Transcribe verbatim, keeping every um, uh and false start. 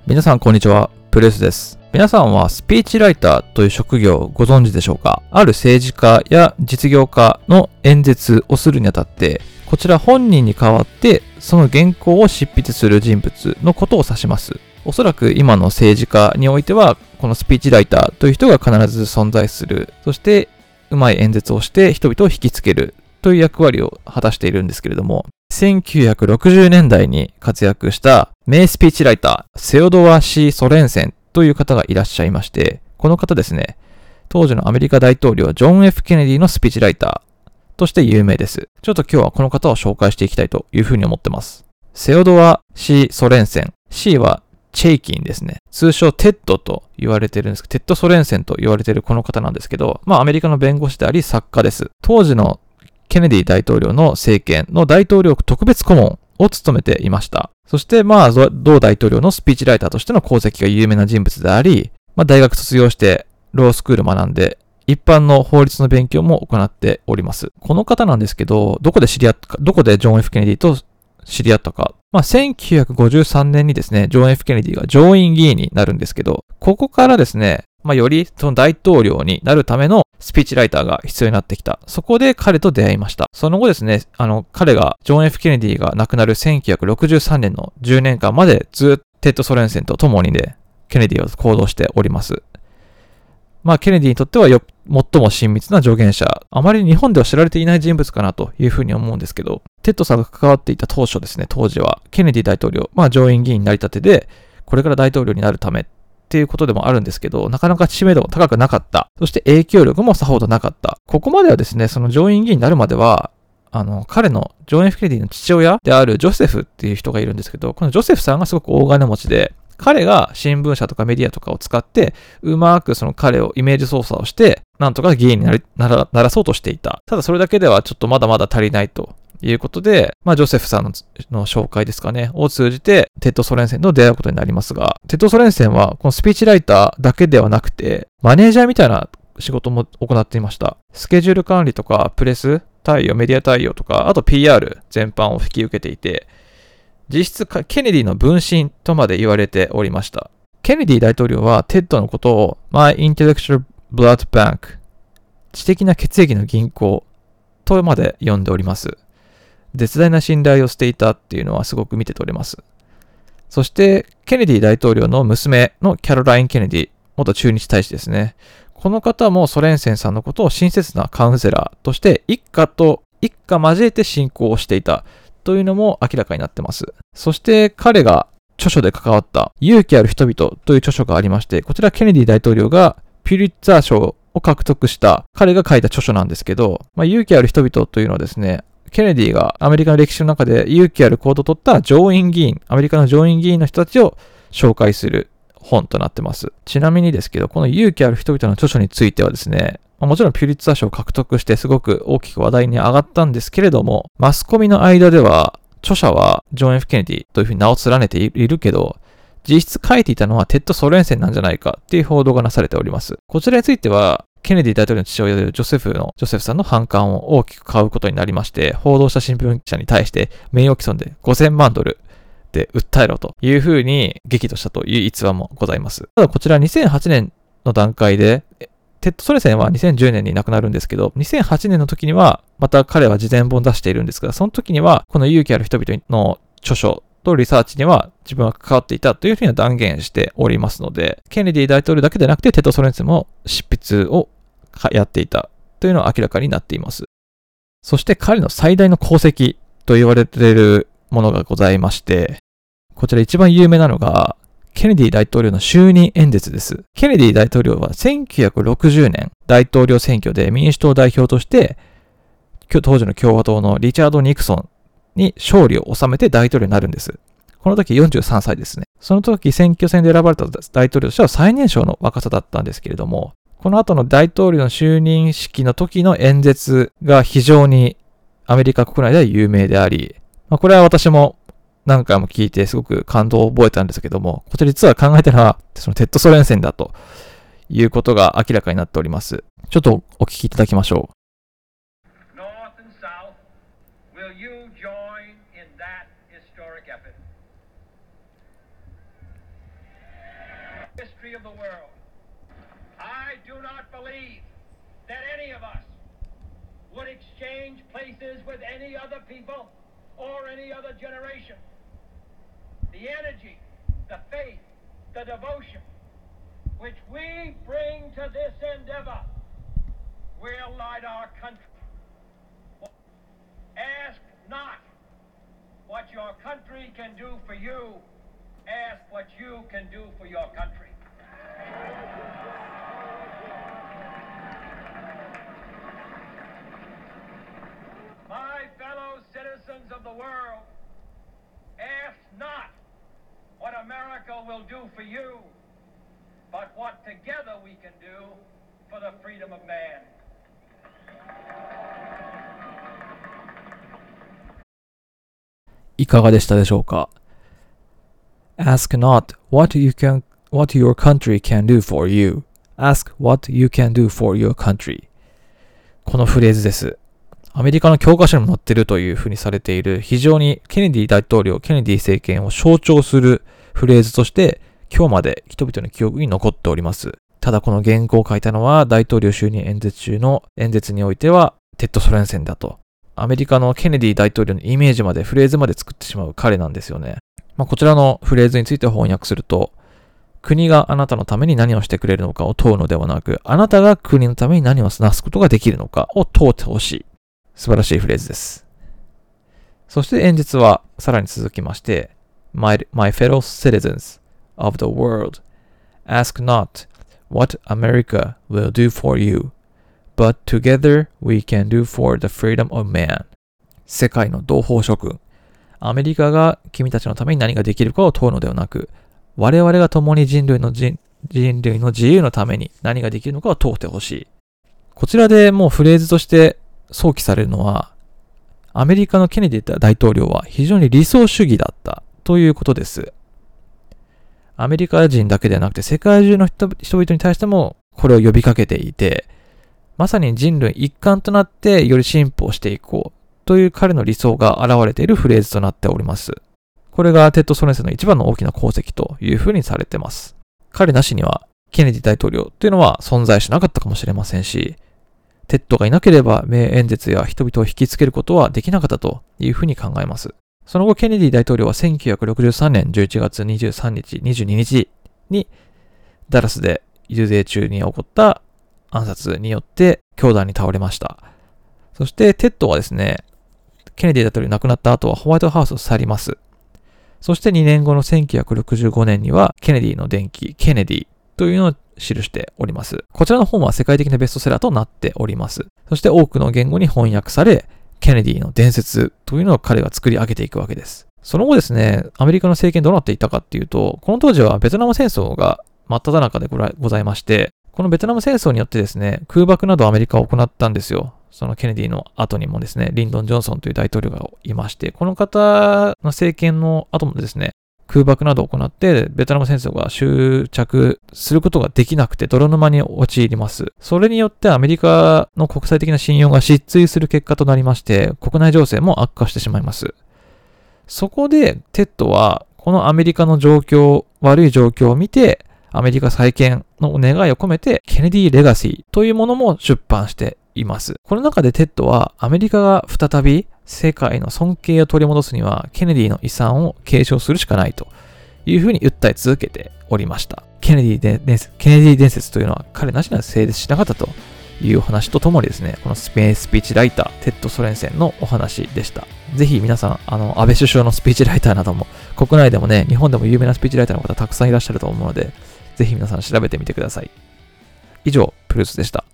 皆さんこんにちは、プレスです。皆さんはスピーチライターという職業をご存知でしょうか？ある政治家や実業家の演説をするにあたって、こちら本人に代わってその原稿を執筆する人物のことを指します。おそらく今の政治家においては、このスピーチライターという人が必ず存在する。そして、うまい演説をして人々を引きつけるという役割を果たしているんですけれども、せんきゅうひゃくろくじゅうねんだいに活躍した名スピーチライター、セオドア・シー・ソレンセンという方がいらっしゃいまして、この方ですね、当時のアメリカ大統領ジョン・ F ・ケネディのスピーチライターとして有名です。ちょっと今日はこの方を紹介していきたいというふうに思ってます。セオドア・シー・ソレンセン。C はチェイキンですね。通称テッドと言われてるんですけど、テッド・ソレンセンと言われているこの方なんですけど、まあアメリカの弁護士であり作家です。当時のケネディ大統領の政権の大統領特別顧問を務めていました。そしてまあ同大統領のスピーチライターとしての功績が有名な人物であり、まあ大学卒業してロースクール学んで一般の法律の勉強も行っております。この方なんですけど、どこで知り合ったか、どこでジョン・ F ・ケネディと知り合ったか。まあ、せんきゅうひゃくごじゅうさんねんにですね、ジョン・ F ・ケネディが上院議員になるんですけど、ここからですね、まあ、よりその大統領になるためのスピーチライターが必要になってきた。そこで彼と出会いました。その後ですね、あの、彼が、ジョン・ F ・ケネディが亡くなるせんきゅうひゃくろくじゅうさんねんのじゅうねんかんまでずっとテッド・ソレンセンと共にね、ケネディを行動しております。まあ、ケネディにとってはよ、最も親密な助言者。あまり日本では知られていない人物かなというふうに思うんですけど、テッドさんが関わっていた当初ですね、当時は、ケネディ大統領、まあ上院議員になりたてで、これから大統領になるためっていうことでもあるんですけど、なかなか知名度が高くなかった。そして影響力もさほどなかった。ここまではですね、その上院議員になるまでは、あの、彼の、ジョン・ F ・ケネディの父親であるジョセフっていう人がいるんですけど、このジョセフさんがすごく大金持ちで、彼が新聞社とかメディアとかを使って、うまくその彼をイメージ操作をして、なんとか議員になりなら、ならそうとしていた。ただそれだけではちょっとまだまだ足りないということで、まあジョセフさんの、の紹介ですかね、を通じて、テッド・ソレンセンと出会うことになりますが、テッド・ソレンセンはこのスピーチライターだけではなくて、マネージャーみたいな仕事も行っていました。スケジュール管理とか、プレス対応、メディア対応とか、あと ピーアール 全般を引き受けていて、実質ケネディの分身とまで言われておりました。ケネディ大統領はテッドのことを My Intellectual Blood Bank 知的な血液の銀行とまで呼んでおります。絶大な信頼をしていたっていうのはすごく見て取れます。そしてケネディ大統領の娘のキャロライン・ケネディ、元駐日大使ですね。この方もソレンセンさんのことを親切なカウンセラーとして一家と一家交えて信仰をしていた。というのも明らかになってます。そして彼が著書で関わった勇気ある人々という著書がありまして、こちらケネディ大統領がピュリッツァー賞を獲得した彼が書いた著書なんですけど、まあ、勇気ある人々というのはですね、ケネディがアメリカの歴史の中で勇気ある行動を取った上院議員、アメリカの上院議員の人たちを紹介する本となってます。ちなみにですけど、この勇気ある人々の著書についてはですね、もちろんピュリッツァー賞を獲得してすごく大きく話題に上がったんですけれども、マスコミの間では、著者はジョン・ F ・ケネディというふうに名を連ねているけど、実質書いていたのはテッド・ソレンセンなんじゃないかっていう報道がなされております。こちらについては、ケネディ大統領の父親であるジョセフの、ジョセフさんの反感を大きく買うことになりまして、報道した新聞社に対して名誉毀損でごせんまんドルで訴えろというふうに激怒したという逸話もございます。ただこちらにせんはちねんの段階で、テッド・ソレンセンはにせんじゅうねんに亡くなるんですけど、にせんはちねんの時には、また彼は自伝本を出しているんですが、その時には、この勇気ある人々の著書とリサーチには自分は関わっていたというふうには断言しておりますので、ケネディ大統領だけでなくて、テッド・ソレンセンも執筆をやっていたというのは明らかになっています。そして彼の最大の功績と言われているものがございまして、こちら一番有名なのが、ケネディ大統領の就任演説です。ケネディ大統領はせんきゅうひゃくろくじゅうねん大統領選挙で民主党代表として、当時の共和党のリチャード・ニクソンに勝利を収めて大統領になるんです。この時よんじゅうさんさいですね。その時選挙戦で選ばれた大統領としては最年少の若さだったんですけれども、この後の大統領の就任式の時の演説が非常にアメリカ国内では有名であり、まあ、これは私も何回も聞いてすごく感動を覚えたんですけども、こちら実は考えたのは、そのテッド・ソレンセンだということが明らかになっております。ちょっとお聞きいただきましょう。 history of the world. I do not believe that any of us would exchange places with any other people or any other generation. The energy, the faith, the devotion which we bring to this endeavor will light our country. Ask not what your country can do for you. Ask what you can do for your country. My fellow citizens of the world, ask not what America will do for you, but what together we can do for the freedom of man. いかがでしたでしょうか？ Ask not what you can, what your country can do for you. Ask what you can do for your country. このフレーズです。アメリカの教科書にも載っているというふうにされている非常にケネディ大統領、ケネディ政権を象徴するフレーズとして今日まで人々の記憶に残っております。ただこの原稿を書いたのは大統領就任演説中の演説においてはテッド・ソレンセンだと。アメリカのケネディ大統領のイメージまでフレーズまで作ってしまう彼なんですよね。まあ、こちらのフレーズについて翻訳すると、国があなたのために何をしてくれるのかを問うのではなく、あなたが国のために何をなすことができるのかを問うてほしい。素晴らしいフレーズです。そして演説はさらに続きまして、My, my fellow citizens of the world, ask not what America will do for you.But together we can do for the freedom of man. 世界の同胞諸君。アメリカが君たちのために何ができるかを問うのではなく、我々が共に人類の人、人類の自由のために何ができるのかを問うてほしい。こちらでもうフレーズとして想起されるのは、アメリカのケネディ大統領は非常に理想主義だったということです。アメリカ人だけではなくて世界中の人々に対してもこれを呼びかけていて、まさに人類一貫となってより進歩していこうという彼の理想が現れているフレーズとなっております。これがテッド・ソレンセンの一番の大きな功績というふうにされています。彼なしにはケネディ大統領というのは存在しなかったかもしれませんし、テッドがいなければ名演説や人々を引きつけることはできなかったというふうに考えます。その後ケネディ大統領はせんきゅうひゃくろくじゅうさんねんじゅういちがつにじゅうさんにち、にじゅうににちにダラスで遊説中に起こった暗殺によって凶弾に倒れました。そしてテッドはですね、ケネディ大統領亡くなった後はホワイトハウスを去ります。そしてにねんごのせんきゅうひゃくろくじゅうごねんにはケネディの伝記、ケネディというのを記しております。こちらの本は世界的なベストセラーとなっております。そして多くの言語に翻訳され、ケネディの伝説というのを彼が作り上げていくわけです。その後ですね、アメリカの政権どうなっていったかっていうと、この当時はベトナム戦争が真っ只中でございまして、このベトナム戦争によってですね、空爆などアメリカは行ったんですよ。そのケネディの後にもですね、リンドン・ジョンソンという大統領がいまして、この方の政権の後もですね、空爆などを行って、ベトナム戦争が終着することができなくて、泥沼に陥ります。それによってアメリカの国際的な信用が失墜する結果となりまして、国内情勢も悪化してしまいます。そこで、テッドは、このアメリカの状況、悪い状況を見て、アメリカ再建の願いを込めて、ケネディ・レガシーというものも出版しています。この中でテッドは、アメリカが再び世界の尊敬を取り戻すには、ケネディの遺産を継承するしかないというふうに訴え続けておりました。ケネディ伝説、ケネディ伝説というのは彼なしには成立しなかったというお話とともにですね、このスペスピーチライター、テッド・ソレンセンのお話でした。ぜひ皆さん、あの、安倍首相のスピーチライターなども、国内でもね、日本でも有名なスピーチライターの方たくさんいらっしゃると思うので、ぜひ皆さん調べてみてください。以上、プルースでした。